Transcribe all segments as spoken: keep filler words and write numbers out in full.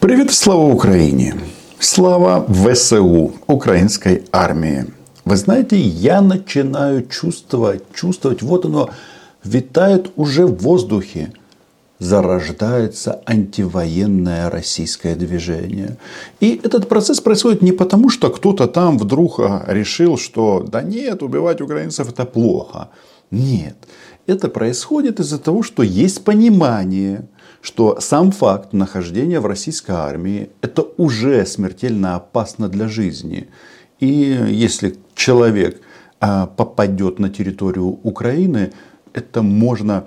Привет и слава Украине! Слава ВСУ, украинской армии. Вы знаете, я начинаю чувствовать, чувствовать, вот оно витает уже в воздухе. Зарождается антивоенное российское движение. И этот процесс происходит не потому, что кто-то там вдруг решил, что да нет, убивать украинцев это плохо. Нет. Это происходит из-за того, что есть понимание, что сам факт нахождения в российской армии это уже смертельно опасно для жизни. И если человек попадет на территорию Украины, это можно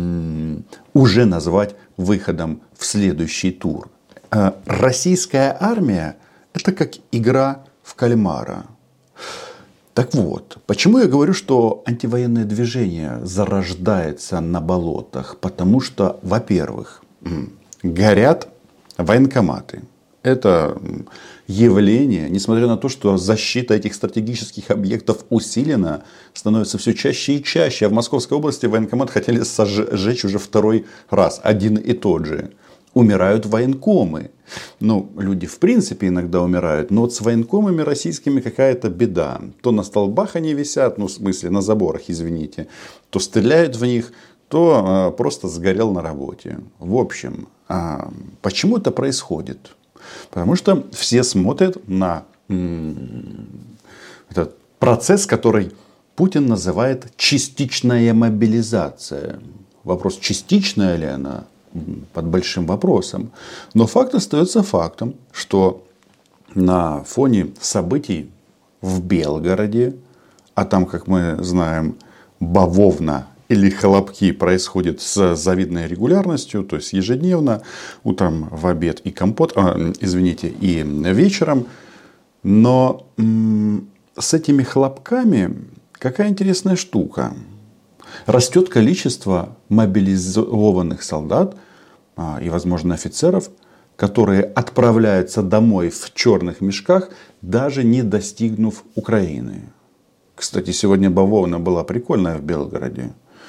уже назвать выходом в следующий тур. Российская армия это как игра в кальмара. Так вот, почему я говорю, что антивоенное движение зарождается на болотах? Потому что, во-первых, горят военкоматы. Это явление, несмотря на то, что защита этих стратегических объектов усилена, становится все чаще и чаще. А в Московской области военкомат хотели сжечь уже второй раз, один и тот же. Умирают военкомы. Ну, люди в принципе иногда умирают, но вот с военкомами российскими какая-то беда. То на столбах они висят, ну в смысле на заборах, извините, то стреляют в них, то э, просто сгорел на работе. В общем, э, почему это происходит? Потому что все смотрят на м- этот процесс, который Путин называет частичная мобилизация. Вопрос, частичная ли она? Под большим вопросом. Но факт остается фактом, что на фоне событий в Белгороде, а там, как мы знаем, бавовна или хлопки происходят с завидной регулярностью, то есть ежедневно, утром, в обед и компот, а, извините, и вечером. Но м- с этими хлопками какая интересная штука. Растет количество мобилизованных солдат а, и, возможно, офицеров, которые отправляются домой в черных мешках, даже не достигнув Украины. Кстати, сегодня бавовна была прикольная в Белгороде.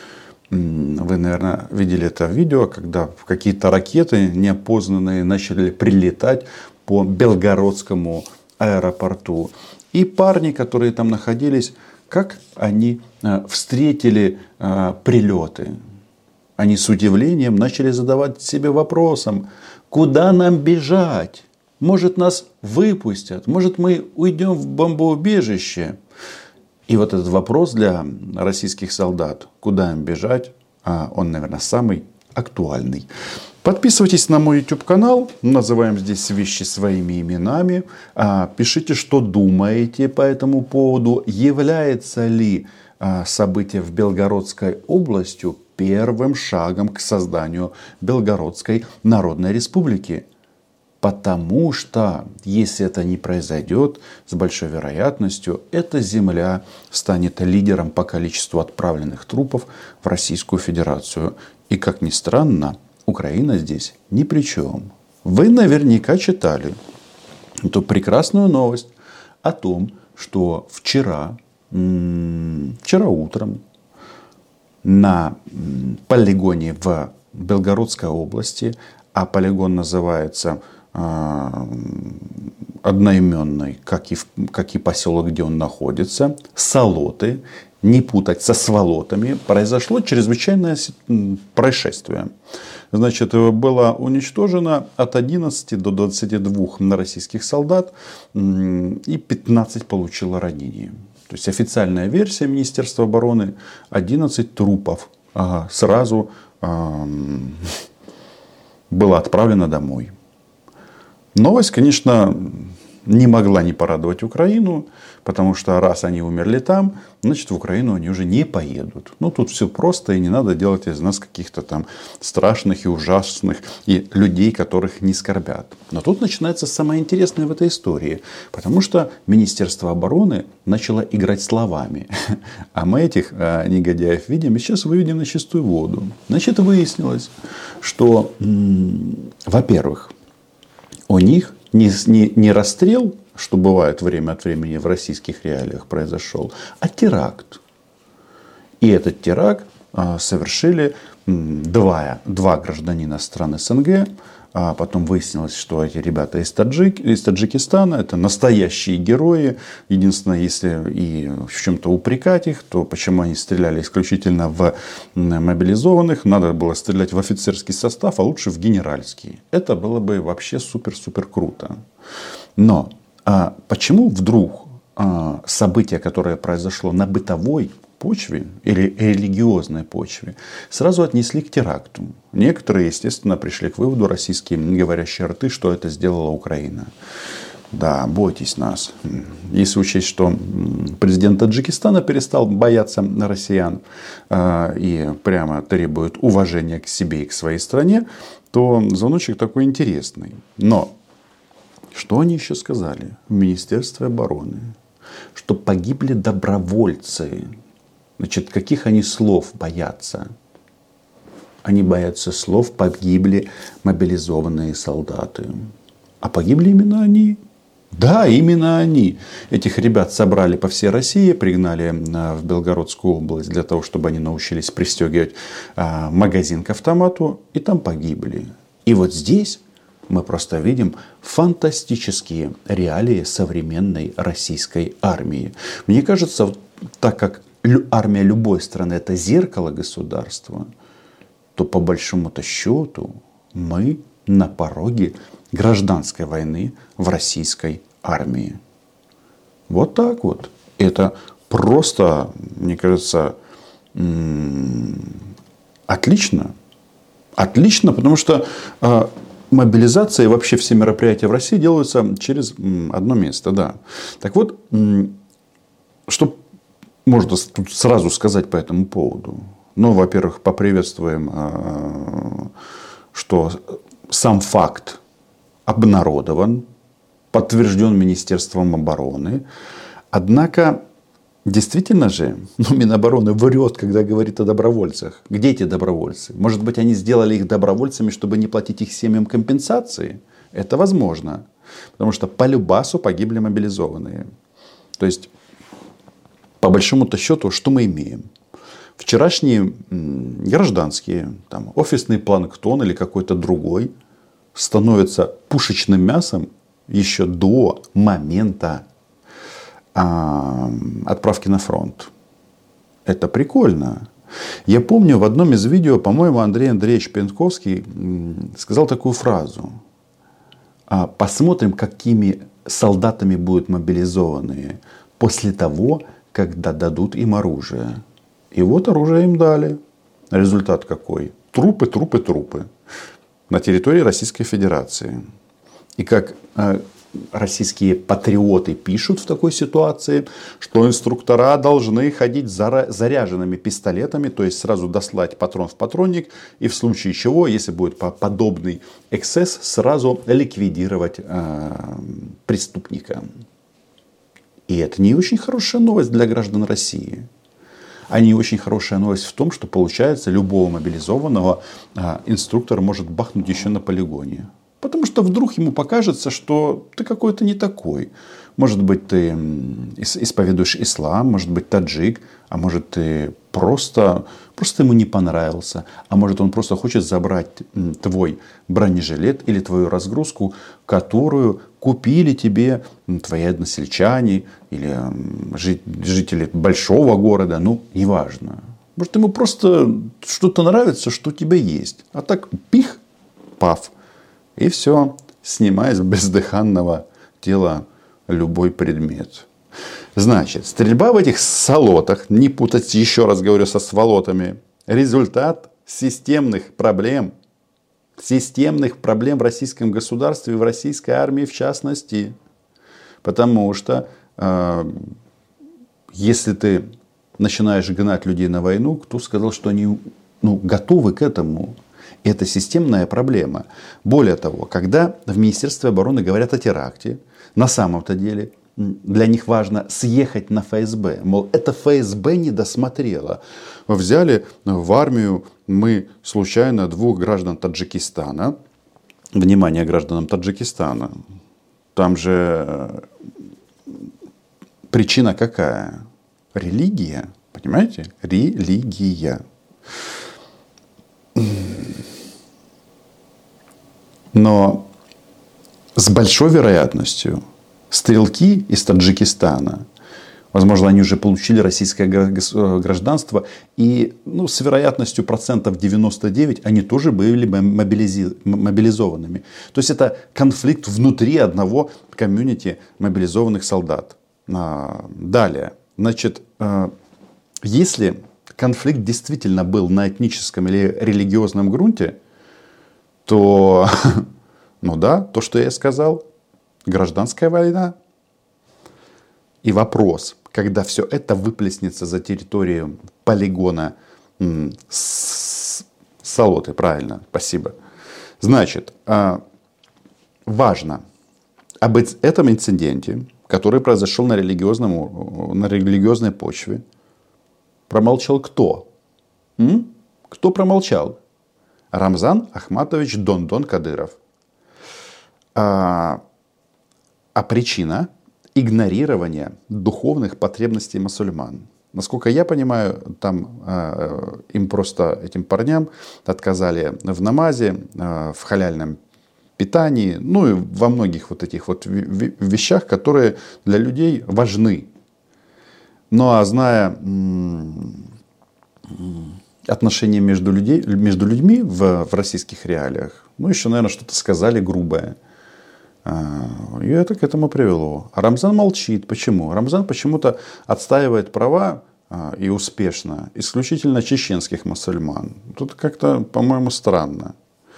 Вы, наверное, видели это видео, когда какие-то ракеты неопознанные начали прилетать по Белгородскому аэропорту. И парни, которые там находились, как они встретили э, прилеты. Они с удивлением начали задавать себе вопросом, куда нам бежать? Может, нас выпустят? Может, мы уйдем в бомбоубежище? И вот этот вопрос для российских солдат, куда им бежать, он, наверное, самый актуальный. Подписывайтесь на мой YouTube канал. Называем здесь вещи своими именами. Пишите, что думаете по этому поводу. Является ли событие в Белгородской области первым шагом к созданию Белгородской Народной Республики? Потому что, если это не произойдет, с большой вероятностью, эта земля станет лидером по количеству отправленных трупов в Российскую Федерацию. И, как ни странно, Украина здесь ни при чем. Вы наверняка читали эту прекрасную новость о том, что вчера, вчера утром на полигоне в Белгородской области, а полигон называется одноименный, как и, как и поселок, где он находится, Солоты, не путать со сволотами, произошло чрезвычайное происшествие. Значит, было уничтожено от одиннадцати до двадцати двух российских солдат и пятнадцать получило ранения. То есть официальная версия Министерства обороны одиннадцать трупов ага, сразу э, было отправлено домой. Новость, конечно, не могла не порадовать Украину, потому что раз они умерли там, значит в Украину они уже не поедут. Ну тут все просто, и не надо делать из нас каких-то там страшных и ужасных и людей, которых не скорбят. Но тут начинается самое интересное в этой истории, потому что Министерство обороны начало играть словами, а мы этих а, негодяев видим и сейчас выведем на чистую воду. Значит, выяснилось, что, м- во-первых, у них не, не, не расстрел, что бывает время от времени в российских реалиях, произошел, а теракт. И этот теракт а, совершили м, два, два гражданина стран СНГ. А потом выяснилось, что эти ребята из, Таджик, из Таджикистана, это настоящие герои. Единственное, если и в чем-то упрекать их, то почему они стреляли исключительно в мобилизованных. Надо было стрелять в офицерский состав, а лучше в генеральский. Это было бы вообще супер-супер круто. Но а почему вдруг а, событие, которое произошло на бытовой почве или религиозной почве, сразу отнесли к теракту? Некоторые, естественно, пришли к выводу, российские говорящие рты, что это сделала Украина. Да, бойтесь нас. Если учесть, что президент Таджикистана перестал бояться россиян э, и прямо требует уважения к себе и к своей стране, то звоночек такой интересный. Но что они еще сказали в Министерстве обороны? Что погибли добровольцы. Значит, каких они слов боятся? Они боятся слов «погибли мобилизованные солдаты». А погибли именно они. Да, именно они. Этих ребят собрали по всей России, пригнали в Белгородскую область для того, чтобы они научились пристегивать магазин к автомату. И там погибли. И вот здесь мы просто видим фантастические реалии современной российской армии. Мне кажется, так как армия любой страны – это зеркало государства, то по большому-то счету мы на пороге гражданской войны в российской армии. Вот так вот. Это просто, мне кажется, отлично. Отлично, потому что мобилизация и вообще все мероприятия в России делаются через одно место. Да. Так вот, что можно тут сразу сказать по этому поводу? Ну, во-первых, поприветствуем, что сам факт обнародован, подтвержден Министерством обороны. Однако, действительно же, ну, Минобороны врет, когда говорит о добровольцах. Где эти добровольцы? Может быть, они сделали их добровольцами, чтобы не платить их семьям компенсации? Это возможно. Потому что по любасу погибли мобилизованные. То есть, по большому-то счету, что мы имеем? Вчерашние гражданские, там, офисный планктон или какой-то другой становятся пушечным мясом еще до момента а, отправки на фронт. Это прикольно. Я помню, в одном из видео, по-моему, Андрей Андреевич Пентковский сказал такую фразу. Посмотрим, какими солдатами будут мобилизованные после того, когда дадут им оружие. И вот оружие им дали. Результат какой? Трупы, трупы, трупы. На территории Российской Федерации. И как э, российские патриоты пишут в такой ситуации, что инструктора должны ходить зара- заряженными пистолетами, то есть сразу дослать патрон в патронник, и в случае чего, если будет подобный эксцесс, сразу ликвидировать э, преступника. И это не очень хорошая новость для граждан России. А не очень хорошая новость в том, что получается любого мобилизованного а, инструктор может бахнуть еще на полигоне. Потому что вдруг ему покажется, что ты какой-то не такой. Может быть, ты исповедуешь ислам, может быть, таджик, а может, ты просто, просто ему не понравился. А может, он просто хочет забрать твой бронежилет или твою разгрузку, которую купили тебе твои односельчане или жители большого города. Ну, неважно. Может, ему просто что-то нравится, что у тебя есть. А так пих, паф. И все, снимай с бездыханного тела любой предмет. Значит, стрельба в этих солотах, не путать, еще раз говорю, со сволотами, результат системных проблем. Системных проблем в российском государстве и в российской армии в частности. Потому что э, если ты начинаешь гнать людей на войну, кто сказал, что они ну, готовы к этому? Это системная проблема. Более того, когда в Министерстве обороны говорят о теракте, на самом-то деле для них важно съехать на эф эс бэ. Мол, это эф эс бэ не досмотрело. Взяли в армию мы случайно двух граждан Таджикистана. Внимание гражданам Таджикистана. Там же причина какая? Религия. Понимаете? Религия. Но с большой вероятностью стрелки из Таджикистана, возможно, они уже получили российское гражданство, и ну, с вероятностью процентов девяносто девять они тоже были мобилизи- мобилизованными. То есть это конфликт внутри одного комьюнити мобилизованных солдат. Далее, значит, если конфликт действительно был на этническом или религиозном грунте, то, ну да, то, что я сказал, гражданская война. И вопрос, когда все это выплеснется за территорию полигона м, с, Салоты, правильно, спасибо. Значит, важно об этом инциденте, который произошел на, религиозном, на религиозной почве, промолчал кто? М? Кто промолчал? Рамзан Ахматович Дондон Кадыров. А, а причина – игнорирование духовных потребностей мусульман. Насколько я понимаю, там э, им просто, этим парням, отказали в намазе, э, в халяльном питании, ну и во многих вот этих вот вещах, которые для людей важны. Ну а зная м- отношения между, людей, между людьми в, в российских реалиях, ну еще, наверное, что-то сказали грубое. И это к этому привело. А Рамзан молчит. Почему? Рамзан почему-то отстаивает права и успешно исключительно чеченских мусульман. Тут как-то, по-моему, странно.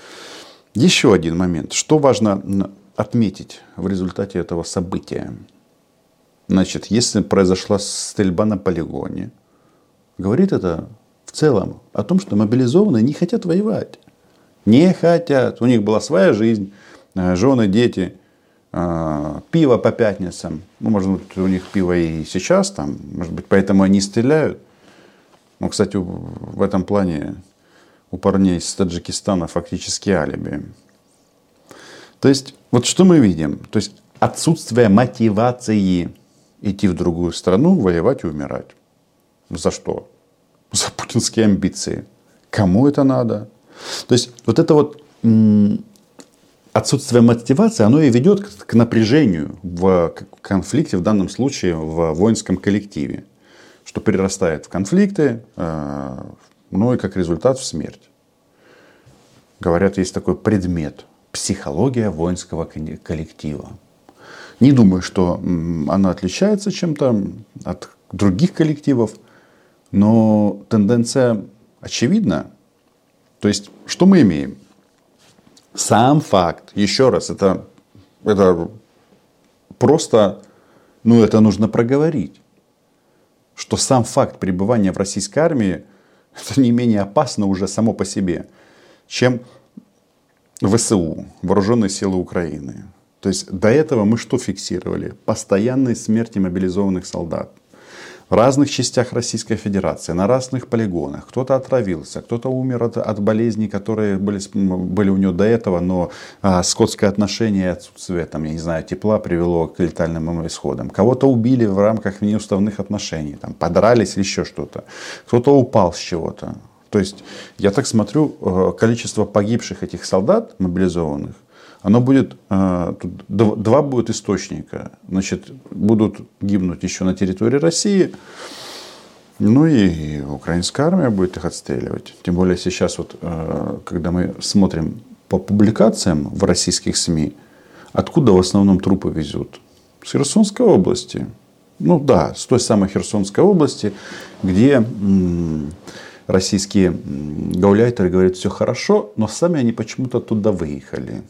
Еще один момент. Что важно отметить в результате этого события? Значит, если произошла стрельба на полигоне, говорит это в целом о том, что мобилизованные не хотят воевать. Не хотят. У них была своя жизнь. Жены, дети, пиво по пятницам. Ну, может быть, у них пиво и сейчас там. Может быть, поэтому они стреляют. Ну, кстати, в этом плане у парней из Таджикистана фактически алиби. То есть, вот что мы видим? То есть, отсутствие мотивации идти в другую страну, воевать и умирать. За что? За путинские амбиции. Кому это надо? То есть, вот это вот отсутствие мотивации, оно и ведет к напряжению в конфликте, в данном случае в воинском коллективе, что перерастает в конфликты, ну и как результат в смерть. Говорят, есть такой предмет – психология воинского коллектива. Не думаю, что она отличается чем-то от других коллективов, но тенденция очевидна. То есть, что мы имеем? Сам факт, еще раз, это, это просто, ну это нужно проговорить, что сам факт пребывания в российской армии, это не менее опасно уже само по себе, чем ВСУ, Вооруженные силы Украины. То есть до этого мы что фиксировали? Постоянные смерти мобилизованных солдат. В разных частях Российской Федерации, на разных полигонах. Кто-то отравился, кто-то умер от, от болезней, которые были, были у него до этого, но а, скотское отношение и отсутствие, там, я не знаю, тепла привело к летальным исходам. Кого-то убили в рамках неуставных отношений, там, подрались или еще что-то. Кто-то упал с чего-то. То есть, я так смотрю, количество погибших этих солдат, мобилизованных, оно будет, тут два будет источника. Значит, будут гибнуть еще на территории России. Ну и украинская армия будет их отстреливать. Тем более сейчас, вот, когда мы смотрим по публикациям в российских СМИ, откуда в основном трупы везут? С Херсонской области. Ну да, с той самой Херсонской области, где м- российские гауляйтеры говорят, все хорошо, но сами они почему-то туда выехали.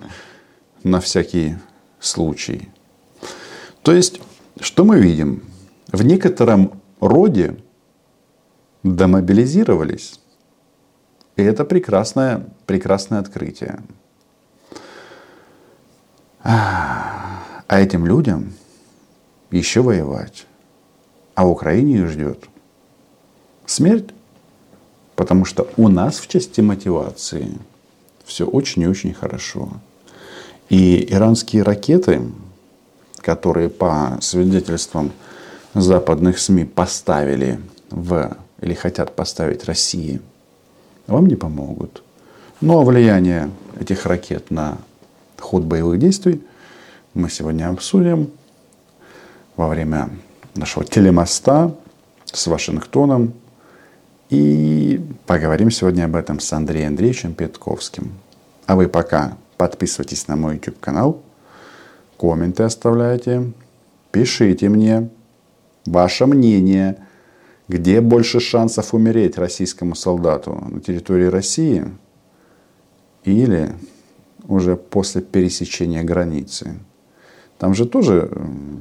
На всякий случай. То есть, что мы видим? В некотором роде демобилизировались. И это прекрасное, прекрасное открытие. А этим людям еще воевать. А в Украине их ждет смерть. Потому что у нас в части мотивации все очень и очень хорошо. И иранские ракеты, которые по свидетельствам западных СМИ поставили в, или хотят поставить России, вам не помогут. Ну а влияние этих ракет на ход боевых действий мы сегодня обсудим во время нашего телемоста с Вашингтоном. И поговорим сегодня об этом с Андреем Андреевичем Петковским. А вы пока подписывайтесь на мой YouTube канал, комменты оставляйте, пишите мне ваше мнение, где больше шансов умереть российскому солдату: на территории России или уже после пересечения границы. Там же тоже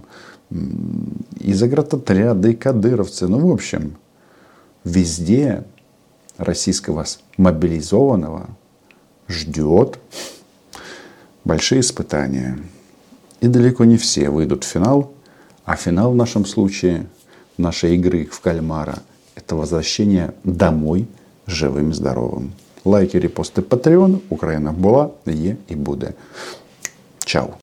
и заградотряды, и кадыровцы. Ну, в общем, везде российского мобилизованного ждет большие испытания. И далеко не все выйдут в финал. А финал в нашем случае, нашей игры в кальмара, это возвращение домой живым и здоровым. Лайки, репости, Patreon. Україна була, є і буде. Чао.